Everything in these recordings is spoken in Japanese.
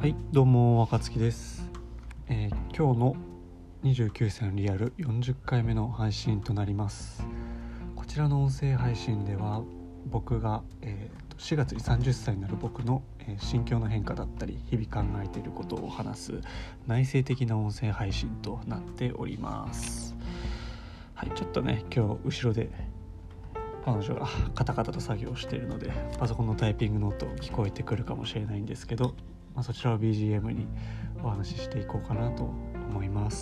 はい、どうも若月です。今日の29歳のリアル40回目の配信となります。こちらの音声配信では僕が、4月に30歳になる僕の、心境の変化だったり日々考えていることを話す内省的な音声配信となっております。はい、ちょっとね今日後ろで彼女がカタカタと作業しているのでパソコンのタイピングの音聞こえてくるかもしれないんですけど、そちらを BGM にお話ししていこうかなと思います。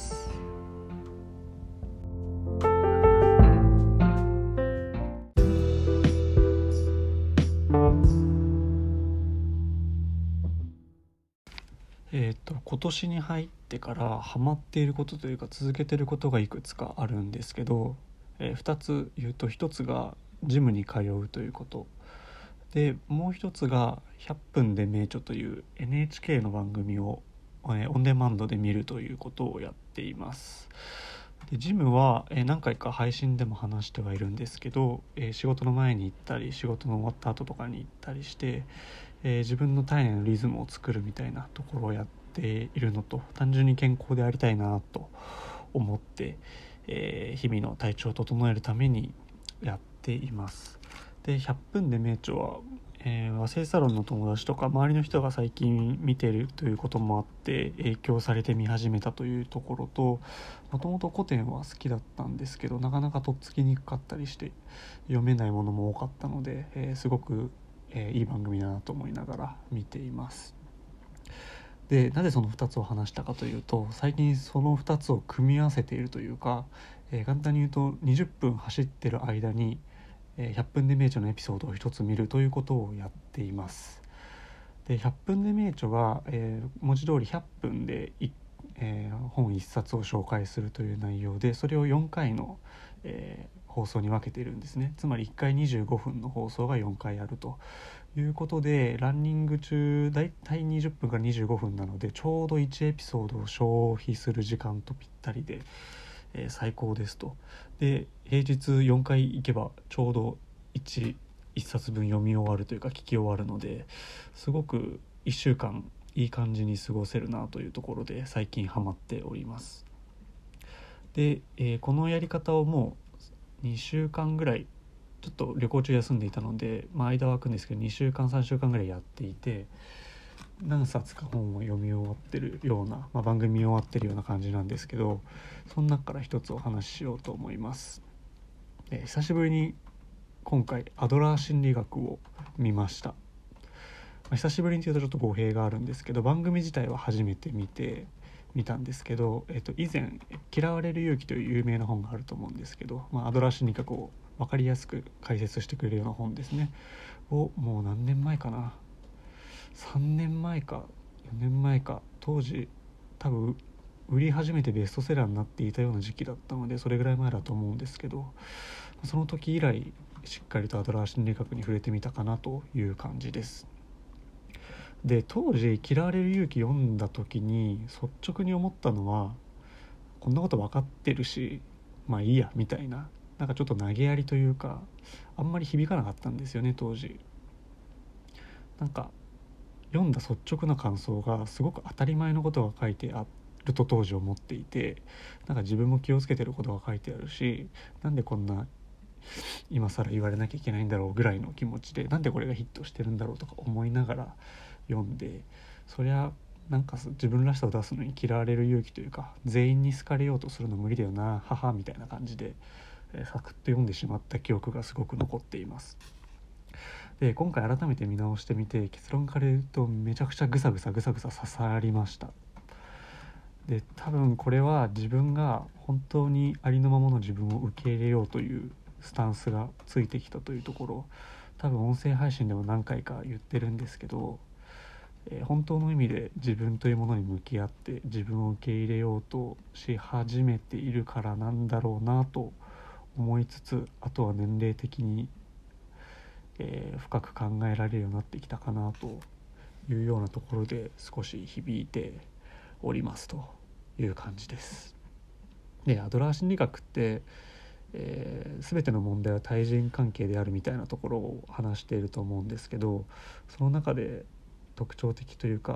今年に入ってからハマっていることというか続けていることがいくつかあるんですけど、2つ言うと1つがジムに通うということで、もう1つが100分で名著という NHK の番組を、オンデマンドで見るということをやっています。でジムは、何回か配信でも話してはいるんですけど、仕事の前に行ったり仕事の終わった後とかに行ったりして、自分の体内のリズムを作るみたいなところをやっているのと、単純に健康でありたいなと思って、日々の体調を整えるためにやっています。で100分で名著は、和製サロンの友達とか周りの人が最近見てるということもあって影響されて見始めたというところと、もともと古典は好きだったんですけどなかなかとっつきにくかったりして読めないものも多かったので、すごく、いい番組だなと思いながら見ています。でなぜその2つを話したかというと、最近その2つを組み合わせているというか、簡単に言うと20分走ってる間に100分で名著のエピソードを一つ見るということをやっています。で100分で名著は、文字通り100分で本1冊を紹介するという内容で、それを4回の、放送に分けているんですね。つまり1回25分の放送が4回あるということで、ランニング中だいたい20分から25分なのでちょうど1エピソードを消費する時間とぴったりで、最高ですと。で平日4回行けばちょうど1冊分読み終わるというか聞き終わるので、すごく1週間いい感じに過ごせるなというところで最近ハマっております。で、このやり方をもう2週間ぐらいちょっと旅行中休んでいたので、間は空くんですけど2週間3週間ぐらいやっていて、何冊か本を読み終わってるような、番組見終わってるような感じなんですけど、その中から一つお話ししようと思います。久しぶりに今回アドラー心理学を見ました。久しぶりにというとちょっと語弊があるんですけど、番組自体は初めて見たんですけど、以前嫌われる勇気という有名な本があると思うんですけど、アドラー心理学を分かりやすく解説してくれるような本ですねを、もう何年前かな、3年前か4年前か、当時多分売り始めてベストセラーになっていたような時期だったのでそれぐらい前だと思うんですけど、その時以来しっかりとアドラー心理学に触れてみたかなという感じです。で当時嫌われる勇気読んだ時に率直に思ったのは、こんなこと分かってるしまあいいやみたいな、なんかちょっと投げやりというかあんまり響かなかったんですよね当時。なんか読んだ率直な感想がすごく当たり前のことが書いてあると当時思っていて、なんか自分も気をつけてることが書いてあるし、なんでこんな今更言われなきゃいけないんだろうぐらいの気持ちで、なんでこれがヒットしてるんだろうとか思いながら読んで、そりゃなんか自分らしさを出すのに嫌われる勇気というか全員に好かれようとするの無理だよな母みたいな感じで、サクッと読んでしまった記憶がすごく残っています。で今回改めて見直してみて結論から言うとめちゃくちゃぐさぐさ刺さりました。で多分これは自分が本当にありのままの自分を受け入れようというスタンスがついてきたというところ、多分音声配信でも何回か言ってるんですけど、本当の意味で自分というものに向き合って自分を受け入れようとし始めているからなんだろうなと思いつつ、あとは年齢的に深く考えられるようになってきたかなというようなところで少し響いておりますという感じです。でアドラー心理学って、全ての問題は対人関係であるみたいなところを話していると思うんですけど、その中で特徴的というか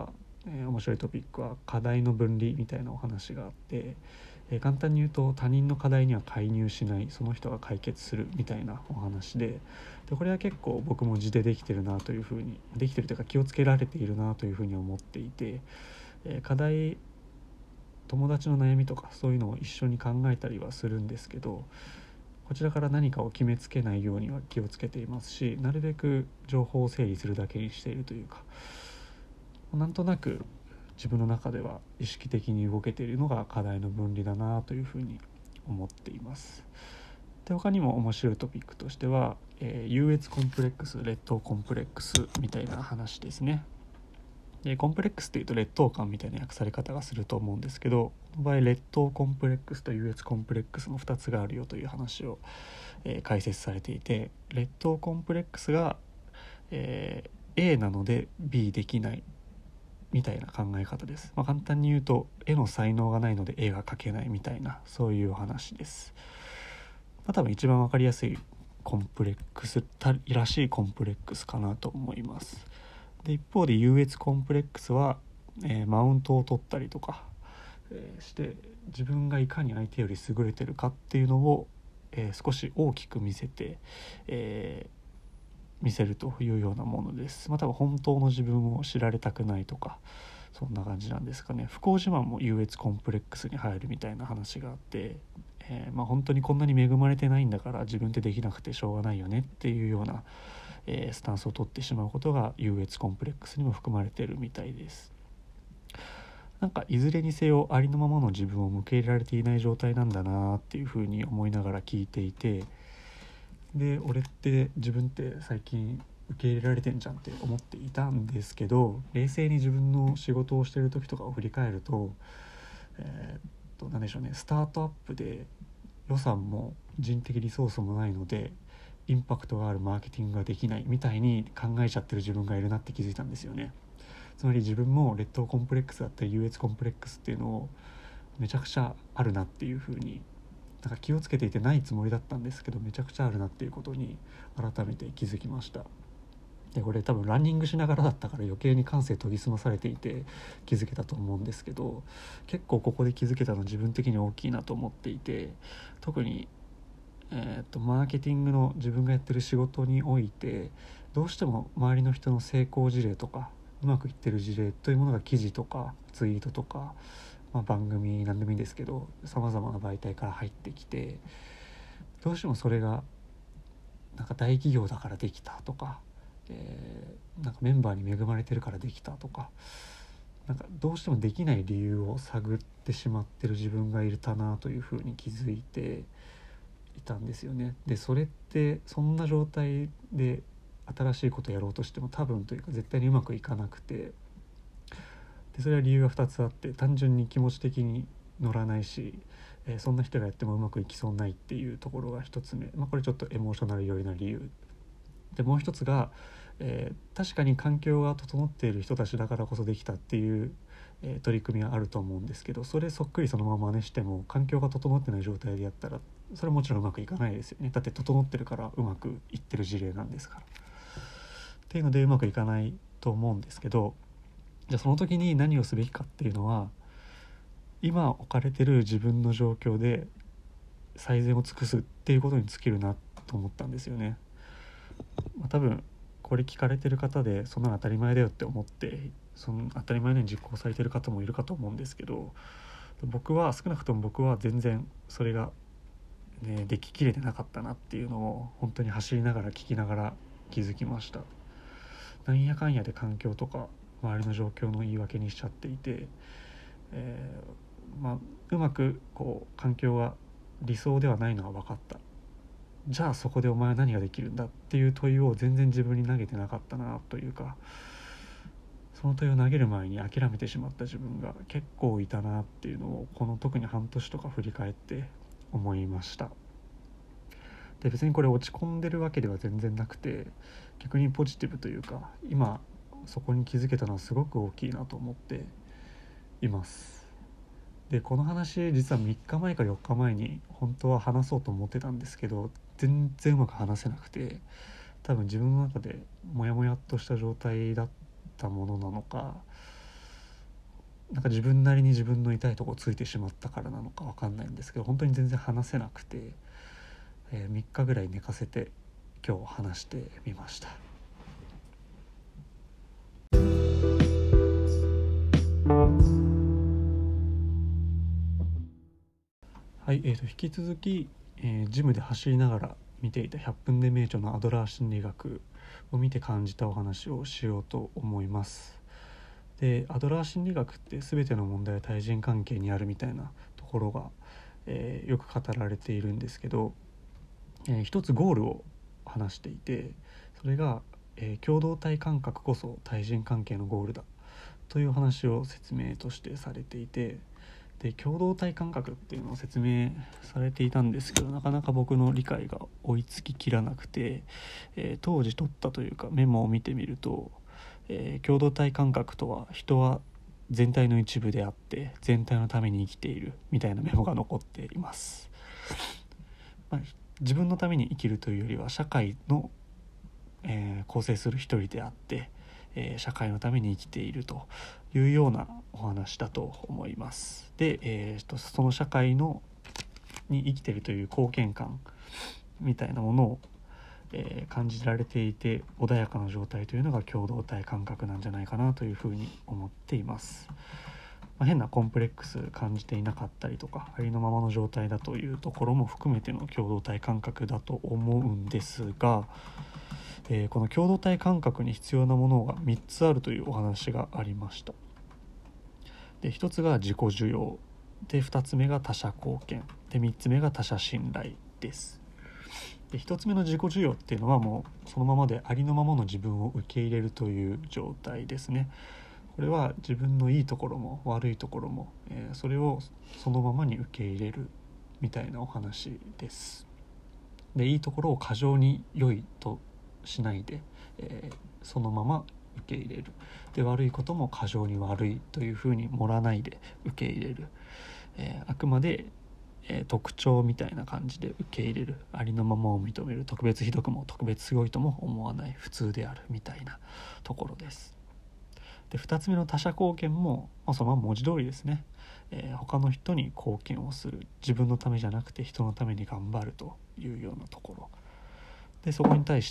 面白いトピックは課題の分離みたいなお話があって、簡単に言うと他人の課題には介入しない、その人が解決するみたいなお話で、これは結構僕も字でできてるなというふうに、できてるというか気をつけられているなというふうに思っていて、課題、友達の悩みとかそういうのを一緒に考えたりはするんですけど、こちらから何かを決めつけないようには気をつけていますし、なるべく情報を整理するだけにしているというか、なんとなく自分の中では意識的に動けているのが課題の分離だなというふうに思っています。で、他にも面白いトピックとしては、優越コンプレックス、劣等コンプレックスみたいな話ですね。で、コンプレックスっていうと劣等感みたいな訳され方がすると思うんですけど、この場合劣等コンプレックスと優越コンプレックスの2つがあるよという話を、解説されていて、劣等コンプレックスが、A なので B できないみたいな考え方です。簡単に言うと絵の才能がないので絵が描けないみたいな、そういうお話です。多分一番わかりやすいコンプレックスらしいコンプレックスかなと思います。で、一方で優越コンプレックスは、マウントを取ったりとか、して自分がいかに相手より優れてるかっていうのを、少し大きく見せて、見せるというようなものです。多分本当の自分を知られたくないとか、そんな感じなんですかね。不幸自慢も優越コンプレックスに入るみたいな話があって、本当にこんなに恵まれてないんだから自分ってできなくてしょうがないよねっていうような、スタンスを取ってしまうことが優越コンプレックスにも含まれているみたいです。いずれにせよありのままの自分を受け入れられていない状態なんだなっていうふうに思いながら聞いていて、で、俺って自分って最近受け入れられてんじゃんって思っていたんですけど、冷静に自分の仕事をしている時とかを振り返ると、何でしょうね、スタートアップで予算も人的リソースもないのでインパクトがあるマーケティングができないみたいに考えちゃってる自分がいるなって気づいたんですよね。つまり自分も劣等コンプレックスだったり優越コンプレックスっていうのをめちゃくちゃあるなっていう風に、気をつけていてないつもりだったんですけど、めちゃくちゃあるなっていうことに改めて気づきました。で、これ多分ランニングしながらだったから余計に感性研ぎ澄まされていて気づけたと思うんですけど、結構ここで気づけたの自分的に大きいなと思っていて、特に、マーケティングの自分がやってる仕事においてどうしても周りの人の成功事例とかうまくいってる事例というものが記事とかツイートとか、番組何でもいいんですけどさまざまな媒体から入ってきて、どうしてもそれが大企業だからできたとか、メンバーに恵まれてるからできたとか、どうしてもできない理由を探ってしまってる自分がいたなというふうに気づいていたんですよね。で、それってそんな状態で新しいことをやろうとしても多分というか絶対にうまくいかなくて、でそれは理由が2つあって、単純に気持ち的に乗らないし、そんな人がやってもうまくいきそうないっていうところが1つ目、これちょっとエモーショナル寄りな理由で、もう一つが、確かに環境が整っている人たちだからこそできたっていう、取り組みはあると思うんですけど、それそっくりそのまま真似しても環境が整ってない状態でやったらそれはもちろんうまくいかないですよね。だって整ってるからうまくいってる事例なんですから。っていうのでうまくいかないと思うんですけど、じゃあその時に何をすべきかっていうのは、今置かれてる自分の状況で最善を尽くすっていうことに尽きるなと思ったんですよね。多分これ聞かれてる方でそんなの当たり前だよって思ってその当たり前のように実行されてる方もいるかと思うんですけど、少なくとも僕は全然それが、でききれてなかったなっていうのを本当に走りながら聞きながら気づきました。なんやかんやで環境とか周りの状況の言い訳にしちゃっていて、うまく環境は理想ではないのは分かった、じゃあそこでお前は何ができるんだっていう問いを全然自分に投げてなかったなというか、その問いを投げる前に諦めてしまった自分が結構いたなっていうのをこの特に半年とか振り返って思いました。で、別にこれ落ち込んでるわけでは全然なくて、逆にポジティブというか、今そこに気づけたのはすごく大きいなと思っています。で、この話実は3日前か4日前に本当は話そうと思ってたんですけど、全然うまく話せなくて、多分自分の中でモヤモヤっとした状態だったものなのか、 なんか自分なりに自分の痛いとこついてしまったからなのか分かんないんですけど、本当に全然話せなくて、3日ぐらい寝かせて今日話してみました。はい、引き続き、ジムで走りながら見ていた100分で名著のアドラー心理学を見て感じたお話をしようと思います。で、アドラー心理学って全ての問題は対人関係にあるみたいなところが、よく語られているんですけど、一つゴールを話していて、それが、共同体感覚こそ対人関係のゴールだという話を説明としてされていて、で共同体感覚っていうのを説明されていたんですけど、なかなか僕の理解が追いつききらなくて、当時取ったというかメモを見てみると、共同体感覚とは人は全体の一部であって全体のために生きているみたいなメモが残っています。自分のために生きるというよりは社会の、構成する一人であって、社会のために生きているというようなお話だと思います。で、その社会に生きているという貢献感みたいなものを、感じられていて穏やかな状態というのが共同体感覚なんじゃないかなというふうに思っています。変なコンプレックス感じていなかったりとか、ありのままの状態だというところも含めての共同体感覚だと思うんですが、この共同体感覚に必要なものが3つあるというお話がありました。で、1つが自己需要で、2つ目が他者貢献で、3つ目が他者信頼です。で、1つ目の自己需要っていうのはもうそのままでありのままの自分を受け入れるという状態ですね。これは自分のいいところも悪いところも、それをそのままに受け入れるみたいなお話です。で、いいところを過剰に良いとしないで、そのまま受け入れる。で、悪いことも過剰に悪いというふうに盛らないで受け入れる。あくまで、特徴みたいな感じで受け入れる。ありのままを認める。特別ひどくも特別すごいとも思わない。普通であるみたいなところです。で、2つ目の他者貢献も、そのまま文字通りですね。他の人に貢献をする。自分のためじゃなくて人のために頑張るというようなところで、そこに対して、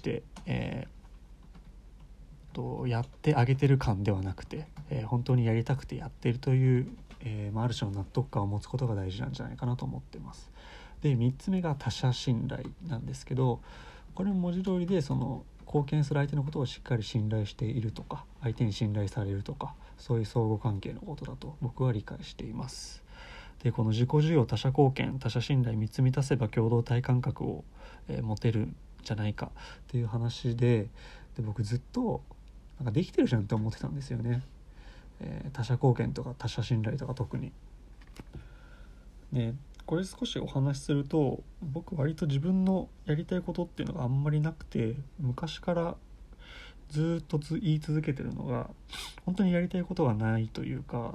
やってあげてる感ではなくて、本当にやりたくてやってるという、ある種の納得感を持つことが大事なんじゃないかなと思ってます。で、3つ目が他者信頼なんですけど、これも文字通りでその貢献する相手のことをしっかり信頼しているとか、相手に信頼されるとか、そういう相互関係のことだと僕は理解しています。で、この自己需要、他者貢献、他者信頼3つ満たせば共同体感覚を、持てるんじゃないかっていう話で、僕ずっとなんかできてるじゃんって思ってたんですよね。他者貢献とか他者信頼とか特に。で、これ少しお話しすると、僕割と自分のやりたいことっていうのがあんまりなくて、昔からずっと言い続けてるのが、本当にやりたいことがないというか、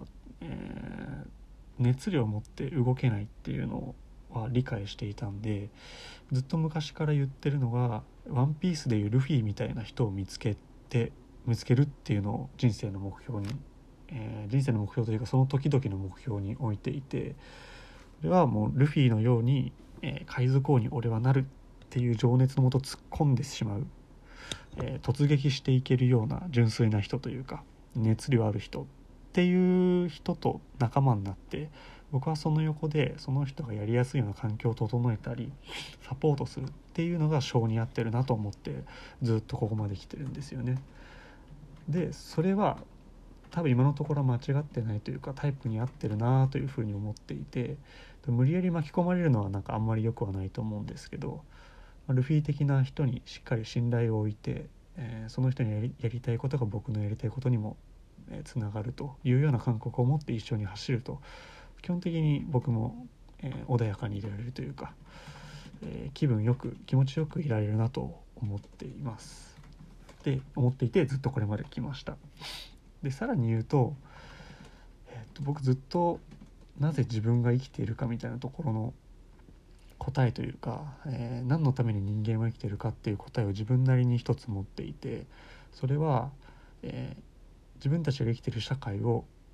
熱量を持って動けないっていうのは理解していたんで、ずっと昔から言ってるのが、ワンピースでいうルフィみたいな人を見つけるっていうのを人生の目標に、人生の目標というかその時々の目標に置いていて、これはもうルフィのように、海賊王に俺はなるっていう情熱のもと突っ込んでしまう、突撃していけるような純粋な人というか熱量ある人っていう人と仲間になって、僕はその横でその人がやりやすいような環境を整えたりサポートするっていうのが性に合ってるなと思ってずっとここまで来てるんですよね。で、それは多分今のところ間違ってないというかタイプに合ってるなというふうに思っていて、無理やり巻き込まれるのはなんかあんまり良くはないと思うんですけど、ルフィ的な人にしっかり信頼を置いて、その人にやりたいことが僕のやりたいことにもつながるというような感覚を持って一緒に走ると、基本的に僕も、穏やかにいられるというか、気持ちよくいられるなと思っていますで思っていて、ずっとこれまで来ました。で、さらに言うと、僕ずっとなぜ自分が生きているかみたいなところの答えというか、何のために人間は生きているかっていう答えを自分なりに一つ持っていて、それは、自分たちが生きている社会を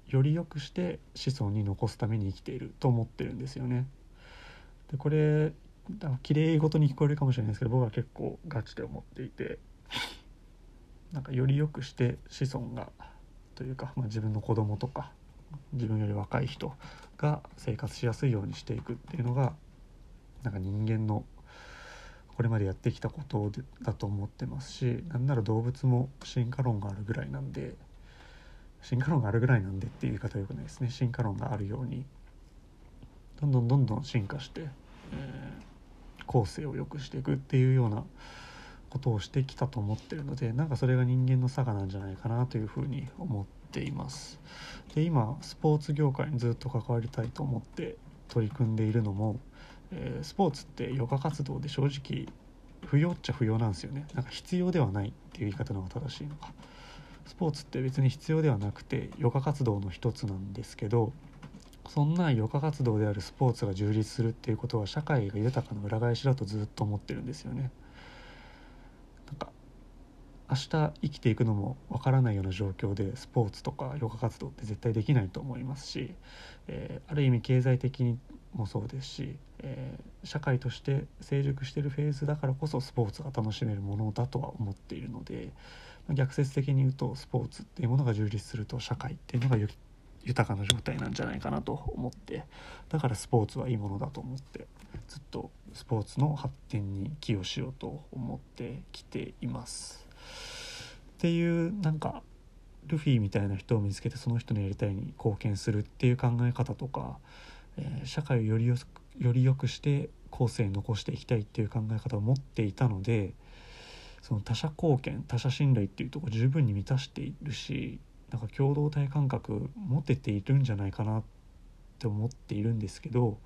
より良くして子孫に残すために生きていると思ってるんですよね。でこれ綺麗事に聞こえるかもしれないですけど、僕は結構ガチで思っていて、なんかより良くして子孫がというか、自分の子供とか自分より若い人が生活しやすいようにしていくっていうのが、なんか人間のこれまでやってきたことだと思ってますし、なんなら動物も進化論があるぐらいなんで、進化論があるぐらいなんでっていう言い方はよくないですね。進化論があるようにどんどん進化して、後世を良くしていくっていうようなことをしてきたと思ってるので、なんかそれが人間の差がなんじゃないかなというふうに思っています。で今スポーツ業界にずっと関わりたいと思って取り組んでいるのも、スポーツって余暇活動で正直不要っちゃ不要なんですよね。なんか必要ではないっていう言い方の方が正しいのか。スポーツって別に必要ではなくて余暇活動の一つなんですけど、そんな余暇活動であるスポーツが充実するっていうことは社会が豊かな裏返しだとずっと思ってるんですよね。なんか明日生きていくのもわからないような状況でスポーツとか余暇活動って絶対できないと思いますし、ある意味経済的にもそうですし、社会として成熟しているフェーズだからこそスポーツが楽しめるものだとは思っているので、逆説的に言うとスポーツっていうものが充実すると社会っていうのが豊かな状態なんじゃないかなと思って、だからスポーツはいいものだと思ってずっとスポーツの発展に寄与しようと思ってきていますっていう、なんかルフィみたいな人を見つけてその人のやりたいに貢献するっていう考え方とか、社会をより良くして後世に残していきたいっていう考え方を持っていたので、その他者貢献他者信頼っていうところ十分に満たしているし、なんか共同体感覚持てているんじゃないかなって思っているんですけど、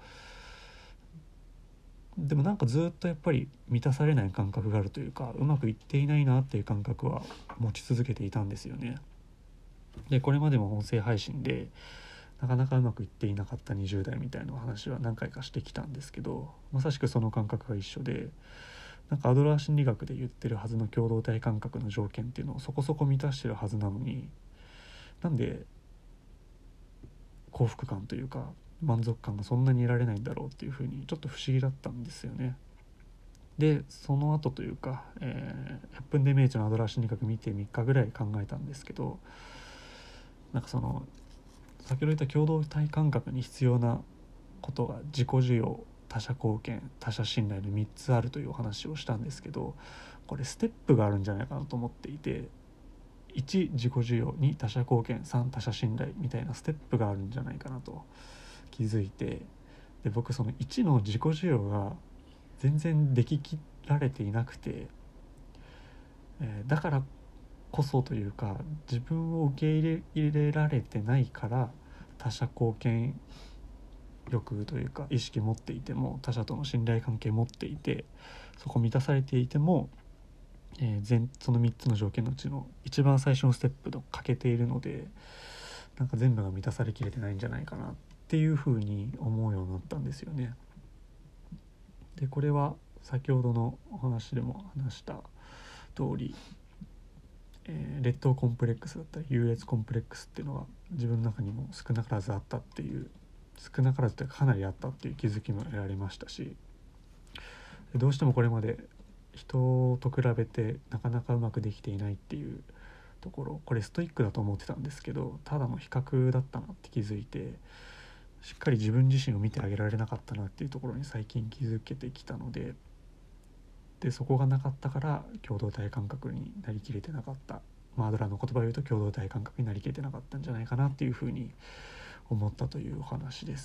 でもなんかずっとやっぱり満たされない感覚があるというか、うまくいっていないなっていう感覚は持ち続けていたんですよね。でこれまでも音声配信でなかなかうまくいっていなかった20代みたいな話は何回かしてきたんですけど、まさしくその感覚が一緒で、なんかアドラー心理学で言ってるはずの共同体感覚の条件っていうのをそこそこ満たしてるはずなのに、なんで幸福感というか満足感がそんなに得られないんだろうっていうふうにちょっと不思議だったんですよね。でその後というか、100分で名著のアドラー心理学見て3日ぐらい考えたんですけど、なんかその先ほど言った共同体感覚に必要なことが自己需要、他者貢献、他者信頼の3つあるというお話をしたんですけど、これステップがあるんじゃないかなと思っていて、1自己需要、2他者貢献、3他者信頼みたいなステップがあるんじゃないかなと気づいて、で僕その1の自己需要が全然でききられていなくて、だからこそというか自分を受け入れられてないから他者貢献欲というか意識持っていても、他者との信頼関係持っていてそこ満たされていても、その3つの条件のうちの一番最初のステップと欠けているので、なんか全部が満たされきれてないんじゃないかなっていうふうに思うようになったんですよね。でこれは先ほどのお話でも話した通り、劣等コンプレックスだったり優越コンプレックスっていうのが自分の中にも少なからずあったっていう、少なからずというかかなりあったっていう気づきも得られましたし、どうしてもこれまで人と比べてなかなかうまくできていないっていうところ、これストイックだと思ってたんですけどただの比較だったなって気づいて、しっかり自分自身を見てあげられなかったなっていうところに最近気づけてきたので、そこがなかったから共同体感覚になりきれてなかった、アドラーの言葉を言うと共同体感覚になりきれてなかったんじゃないかなっていうふうに思ったというお話です。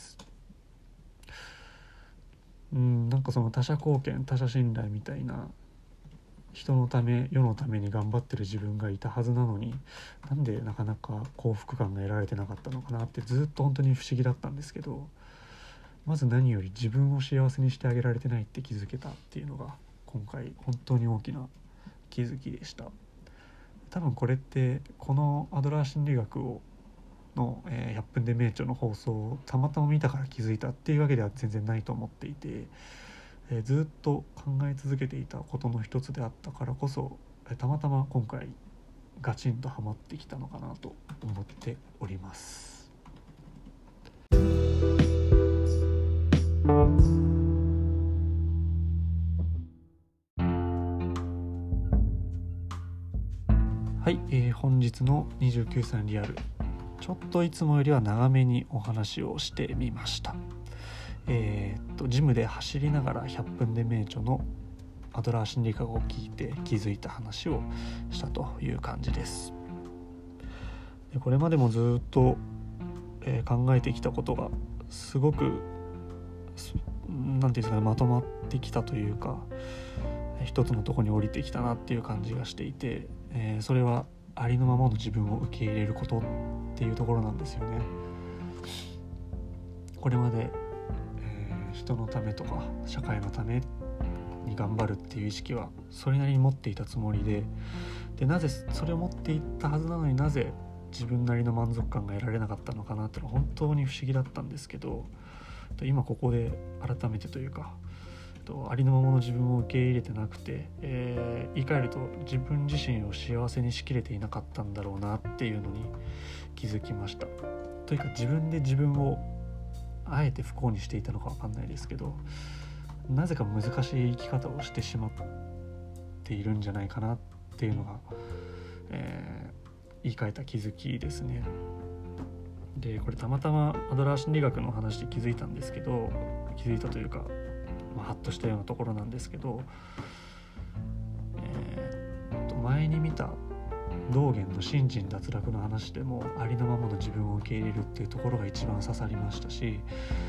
なんかその他者貢献他者信頼みたいな、人のため世のために頑張ってる自分がいたはずなのに、なんでなかなか幸福感が得られてなかったのかなってずっと本当に不思議だったんですけど、まず何より自分を幸せにしてあげられてないって気づけたっていうのが今回本当に大きな気づきでした。多分これってこのアドラー心理学の100分で名著の放送をたまたま見たから気づいたっていうわけでは全然ないと思っていて、ずっと考え続けていたことの一つであったからこそ、たまたま今回ガチンとハマってきたのかなと思っております。 はい、本日の29歳のリアル、ちょっといつもよりは長めにお話をしてみました。ジムで走りながら100分で名著のアドラー心理学を聞いて気づいた話をしたという感じです。でこれまでもずっと、考えてきたことがすごくなんていうんですかね、まとまってきたというか、一つのところに降りてきたなっていう感じがしていて、それはありのままの自分を受け入れることっていうところなんですよね。これまで、人のためとか社会のために頑張るっていう意識はそれなりに持っていたつもりで、なぜそれを持っていったはずなのになぜ自分なりの満足感が得られなかったのかなっていうのは本当に不思議だったんですけど、今ここで改めてというか、ありのままの自分を受け入れてなくて、言い換えると自分自身を幸せにしきれていなかったんだろうなっていうのに気づきました。というか自分で自分をあえて不幸にしていたのか分かんないですけど、なぜか難しい生き方をしてしまっているんじゃないかなっていうのが、言い換えた気づきですね。でこれたまたまアドラー心理学の話で気づいたんですけど、気づいたというか、ハッとしたようなところなんですけど、前に見た道元の信心脱落の話でもありのままの自分を受け入れるっていうところが一番刺さりましたし、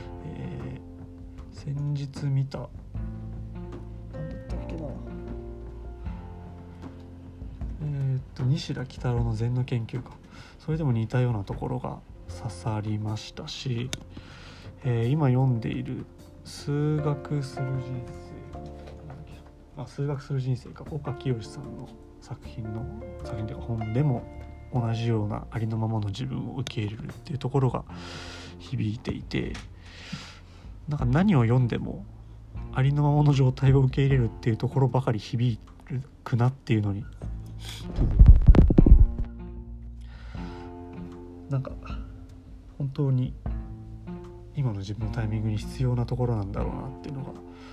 先日見た何だったっけな、西田喜太郎の禅の研究か、それでも似たようなところが刺さりましたし、今読んでいる数学する人生か、岡清さんの作品というか本でも同じようなありのままの自分を受け入れるっていうところが響いていて、なんか何を読んでもありのままの状態を受け入れるっていうところばかり響くなっていうのに、なんか本当に今の自分のタイミングに必要なところなんだろうなっていうのが、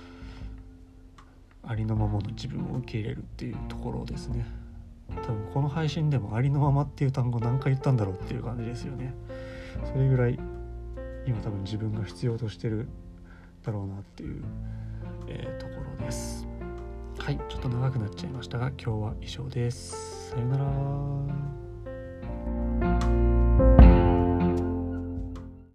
ありのままの自分を受け入れるっていうところですね。多分この配信でもありのままっていう単語何回言ったんだろうっていう感じですよね。それぐらい今多分自分が必要としてるだろうなっていう、ところです。はい、ちょっと長くなっちゃいましたが今日は以上です。さよなら。